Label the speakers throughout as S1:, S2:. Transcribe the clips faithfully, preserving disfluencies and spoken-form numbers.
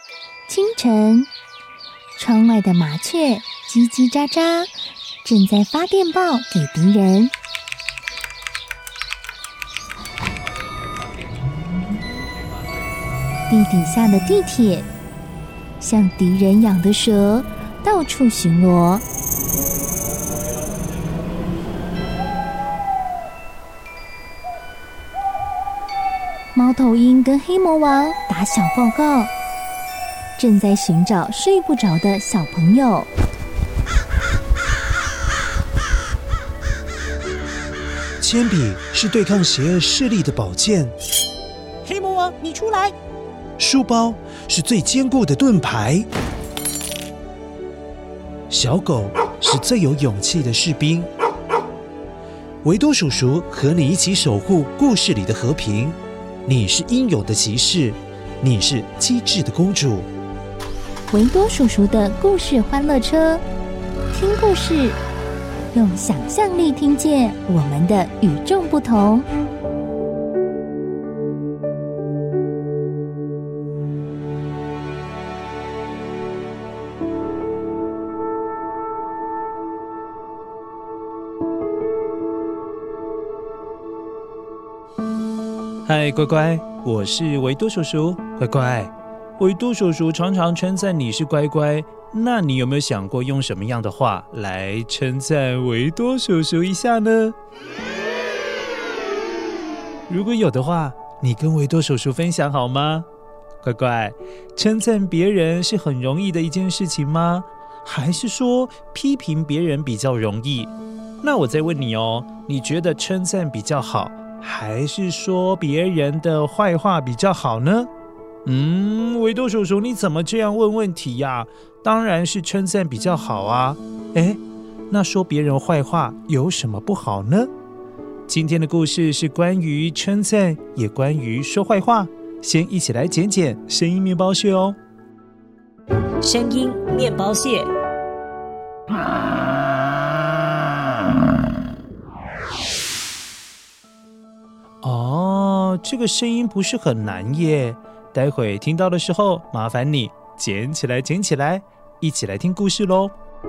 S1: 清晨，窗外的麻雀叽叽喳喳，正在发电报给敌人。地底下的地铁，像敌人养的蛇，到处巡逻。猫头鹰跟黑魔王打小报告，正在寻找睡不着的小朋友。
S2: 铅笔是对抗邪恶势力的宝剑，
S3: 黑魔王，你出来！
S2: 书包是最坚固的盾牌，小狗是最有勇气的士兵。维多叔叔和你一起守护故事里的和平。你是英勇的骑士，你是机智的公主。
S1: 维多叔叔的故事欢乐车，听故事，用想象力听见我们的与众不同。
S4: 嗨，乖乖，我是维多叔叔。乖乖，维多叔叔常常称赞你是乖乖，那你有没有想过用什么样的话来称赞维多叔叔一下呢？如果有的话，你跟维多叔叔分享好吗？乖乖，称赞别人是很容易的一件事情吗？还是说批评别人比较容易？那我再问你哦，你觉得称赞比较好，还是说别人的坏话比较好呢？嗯，维多叔叔，你怎么这样问问题呀？当然是称赞比较好啊。诶，那说别人坏话有什么不好呢？今天的故事是关于称赞，也关于说坏话。先一起来捡捡声音面包屑哦。
S3: 声音面包屑。
S4: 哦，这个声音不是很难耶。待会听到的时候，麻烦你捡起来，捡起来，一起来听故事咯。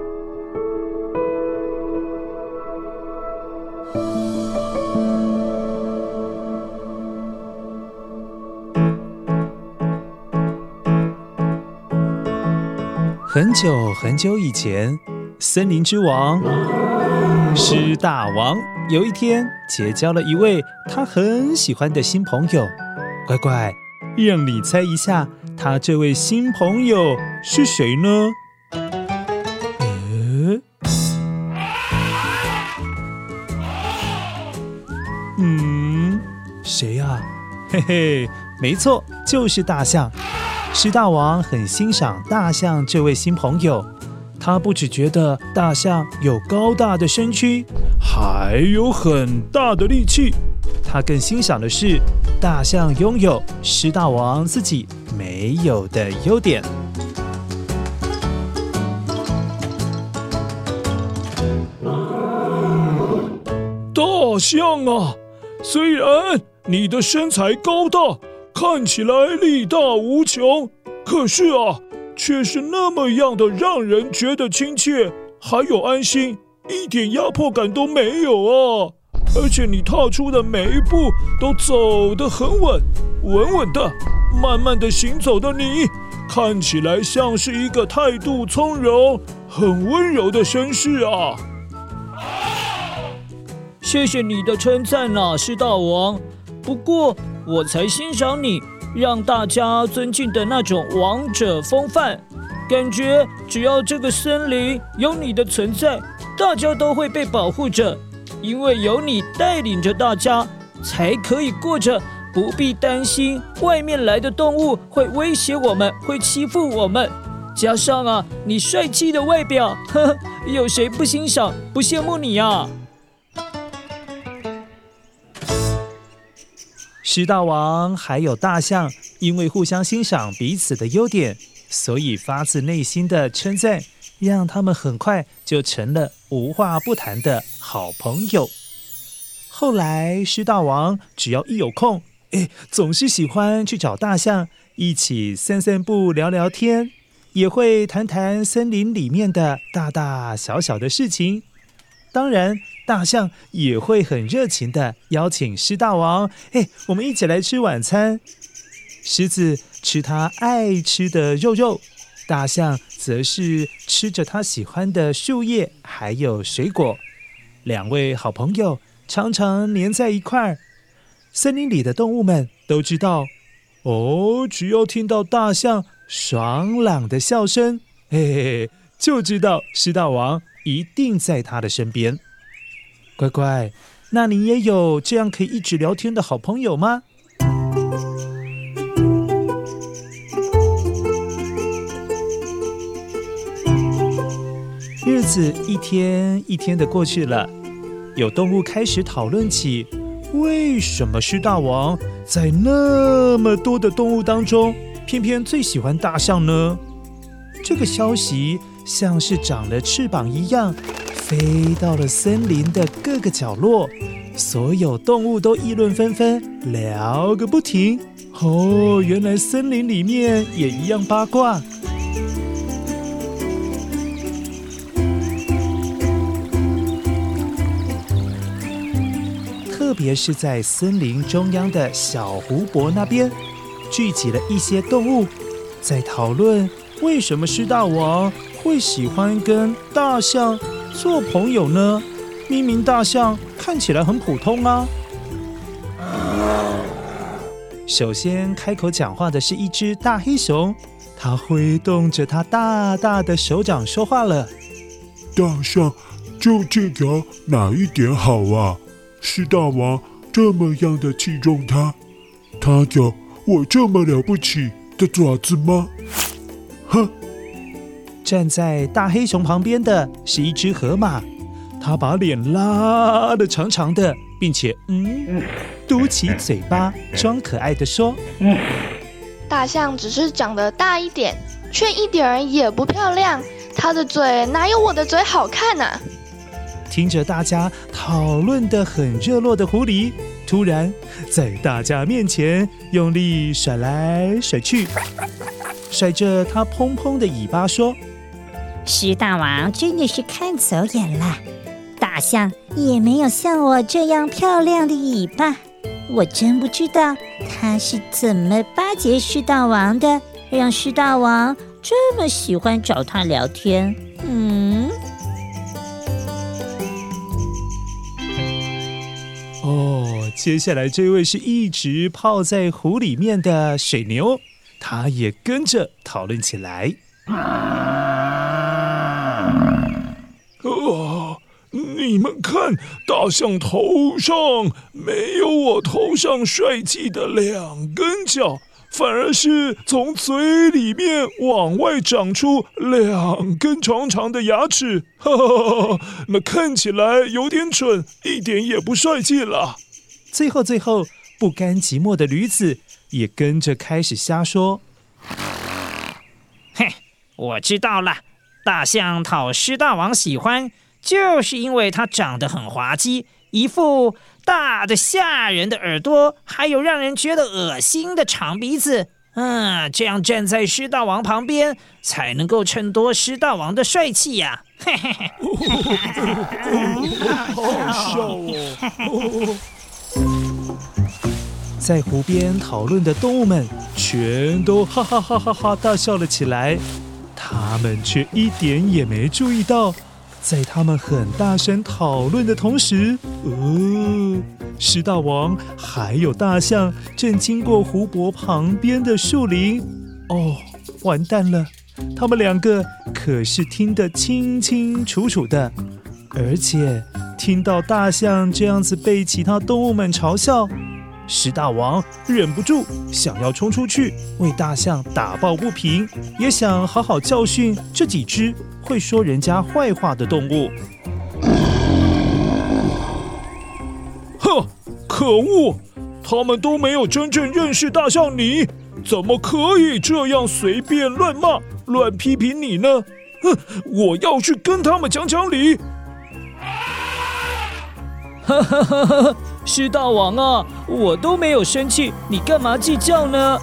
S4: 很久很久以前，森林之王狮大王有一天结交了一位他很喜欢的新朋友。乖乖，让你猜一下，他这位新朋友是谁呢？呃，嗯，谁呀？嘿嘿，没错，就是大象。狮大王很欣赏大象这位新朋友，他不只觉得大象有高大的身躯，还有很大的力气。他更欣赏的是大象拥有狮大王自己没有的优点。
S5: 大象啊，虽然你的身材高大，看起来力大无穷，可是啊，却是那么样的让人觉得亲切，还有安心，一点压迫感都没有啊！而且你踏出的每一步都走得很稳，稳稳的、慢慢的行走的你，看起来像是一个态度从容、很温柔的绅士啊！
S3: 谢谢你的称赞啊，狮大王。不过，我才欣赏你让大家尊敬的那种王者风范，感觉只要这个森林有你的存在，大家都会被保护着，因为有你带领着大家，才可以过着不必担心外面来的动物会威胁我们，会欺负我们。加上啊，你帅气的外表，呵呵，有谁不欣赏、不羡慕你啊？
S4: 狮大王还有大象因为互相欣赏彼此的优点，所以发自内心的称赞，让他们很快就成了无话不谈的好朋友。后来狮大王只要一有空， 哎，总是喜欢去找大象一起散散步、聊聊天，也会谈谈森林里面的大大小小的事情。当然，大象也会很热情的邀请狮大王，哎，我们一起来吃晚餐。狮子吃他爱吃的肉肉，大象则是吃着他喜欢的树叶还有水果。两位好朋友常常黏在一块儿。森林里的动物们都知道，哦，只要听到大象爽朗的笑声，嘿嘿嘿，就知道狮大王一定在他的身边。乖乖，那你也有这样可以一直聊天的好朋友吗？日子一天一天的过去了，有动物开始讨论起为什么狮大王在那么多的动物当中偏偏最喜欢大象呢？这个消息像是长了翅膀一样，飞到了森林的各个角落，所有动物都议论纷纷，聊个不停。哦，原来森林里面也一样八卦。特别是在森林中央的小湖泊那边，聚集了一些动物，在讨论为什么狮大王会喜欢跟大象做朋友呢？明明大象看起来很普通啊。首先开口讲话的是一只大黑熊，它挥动着它大大的手掌说话了：
S5: 大象究竟有哪一点好啊？狮大王这么样的器重他，他有我这么了不起的爪子吗？哼！
S4: 站在大黑熊旁边的是一只河马，它把脸拉得长长的，并且嗯，嘟起嘴巴，装可爱的说：
S6: 大象只是长得大一点，却一点也不漂亮，它的嘴哪有我的嘴好看啊？
S4: 听着大家讨论得很热络的狐狸，突然在大家面前用力甩来甩去，甩着它蓬蓬的尾巴说：
S7: 狮大王真的是看走眼了，大象也没有像我这样漂亮的尾巴，我真不知道他是怎么巴结狮大王的，让狮大王这么喜欢找他聊天。嗯。
S4: 哦，接下来这位是一直泡在湖里面的水牛，他也跟着讨论起来。
S5: 哦，你们看，大象头上没有我头上帅气的两根角，反而是从嘴里面往外长出两根长长的牙齿，哈哈哈，那看起来有点蠢，一点也不帅气了。
S4: 最后最后，不甘寂寞的驴子也跟着开始瞎说：
S3: 嘿，我知道了，大象讨狮大王喜欢，就是因为它长得很滑稽，一副大的吓人的耳朵，还有让人觉得恶心的长鼻子。嗯，这样站在狮大王旁边，才能够衬托狮大王的帅气呀！嘿嘿嘿，
S5: 好笑哦！
S4: 在湖边讨论的动物们全都哈哈哈哈哈大笑了起来，他们却一点也没注意到，在他们很大声讨论的同时，呃，狮大王还有大象正经过湖泊旁边的树林。哦，完蛋了，他们两个可是听得清清楚楚的，而且听到大象这样子被其他动物们嘲笑，狮大王忍不住想要冲出去为大象打抱不平，也想好好教训这几只会说人家坏话的动物。
S5: 哼，可恶！他们都没有真正认识大象你，怎么可以这样随便乱骂、乱批评你呢？哼，我要去跟他们讲讲理。
S3: 哈哈哈哈！ 狮大王啊，我都没有生气，你干嘛计较呢？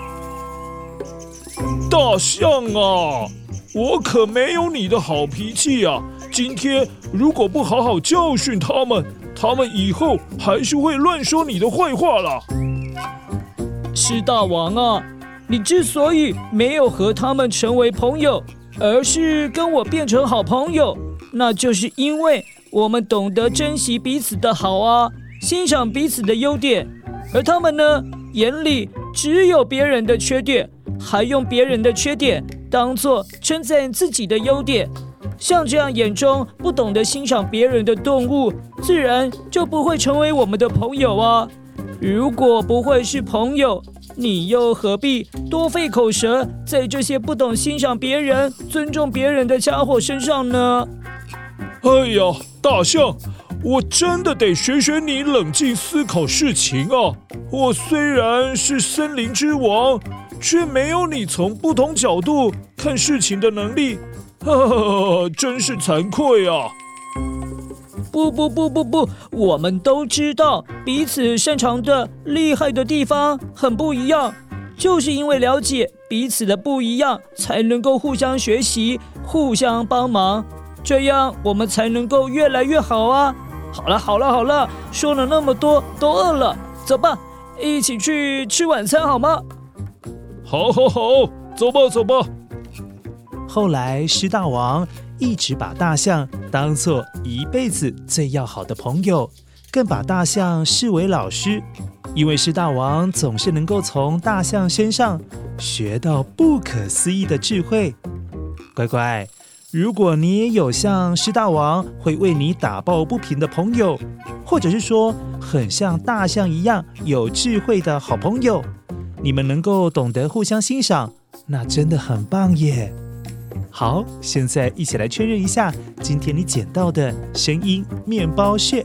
S5: 大象啊，我可没有你的好脾气啊！今天如果不好好教训他们，他们以后还是会乱说你的坏话啦。
S3: 狮大王啊，你之所以没有和他们成为朋友，而是跟我变成好朋友，那就是因为我们懂得珍惜彼此的好啊，欣赏彼此的优点，而他们呢，眼里只有别人的缺点，还用别人的缺点当作称赞自己的优点。像这样眼中不懂得欣赏别人的动物，自然就不会成为我们的朋友啊。如果不会是朋友，你又何必多费口舌在这些不懂欣赏别人、尊重别人的家伙身上呢？
S5: 哎呀，大象，我真的得学学你冷静思考事情啊！我虽然是森林之王，却没有你从不同角度看事情的能力，哈哈，真是惭愧啊！
S3: 不不不不不，我们都知道彼此擅长的、厉害的地方很不一样，就是因为了解彼此的不一样，才能够互相学习、互相帮忙，这样我们才能够越来越好啊！好了好了好了，说了那么多，都饿了，走吧，一起去吃晚餐好吗？
S5: 好好好，走吧走吧。
S4: 后来狮大王一直把大象当作一辈子最要好的朋友，更把大象视为老师，因为狮大王总是能够从大象身上学到不可思议的智慧。乖乖，如果你也有像狮大王会为你打抱不平的朋友，或者是说很像大象一样有智慧的好朋友，你们能够懂得互相欣赏，那真的很棒耶。好，现在一起来确认一下今天你捡到的声音面包屑。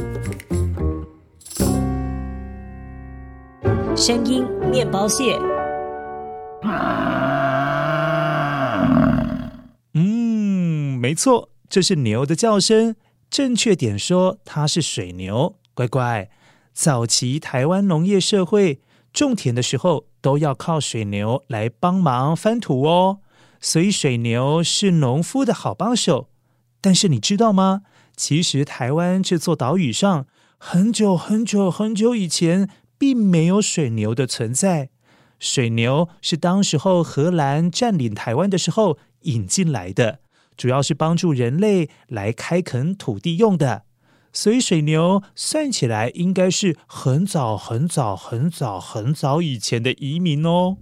S8: 声音面包屑。
S4: 嗯，没错，这是牛的叫声，正确点说它是水牛。乖乖，早期台湾农业社会种田的时候都要靠水牛来帮忙翻土哦，所以水牛是农夫的好帮手。但是你知道吗？其实台湾这座岛屿上很久很久很久以前并没有水牛的存在。水牛是当时候荷兰占领台湾的时候引进来的，主要是帮助人类来开垦土地用的。所以水牛算起来应该是很早很早很早很早以前的移民哦。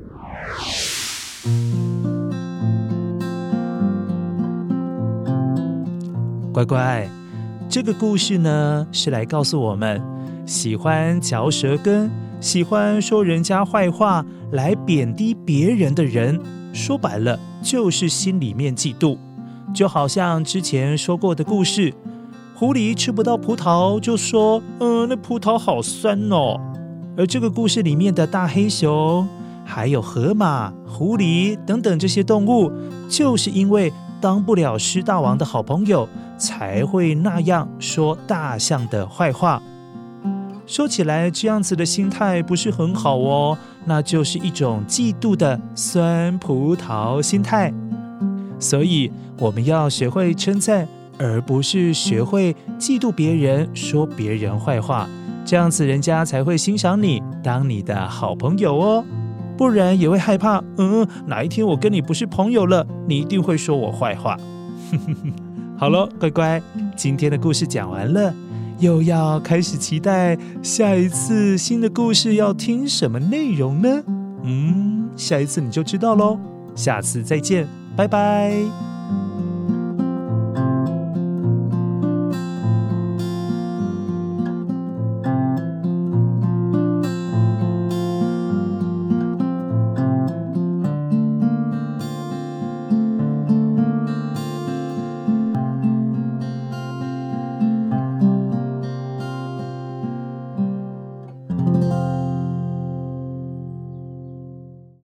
S4: 乖乖，这个故事呢是来告诉我们，喜欢嚼舌根、喜欢说人家坏话来贬低别人的人，说白了就是心里面嫉妒。就好像之前说过的故事，狐狸吃不到葡萄就说嗯、呃，那葡萄好酸哦。而这个故事里面的大黑熊还有河马、狐狸等等这些动物，就是因为当不了狮大王的好朋友，才会那样说大象的坏话。说起来这样子的心态不是很好哦，那就是一种嫉妒的酸葡萄心态。所以我们要学会称赞，而不是学会嫉妒别人，说别人坏话，这样子人家才会欣赏你，当你的好朋友哦。不然也会害怕，嗯，哪一天我跟你不是朋友了，你一定会说我坏话。好了，乖乖，今天的故事讲完了，又要开始期待下一次新的故事要听什么内容呢？嗯，下一次你就知道咯。下次再见，拜拜。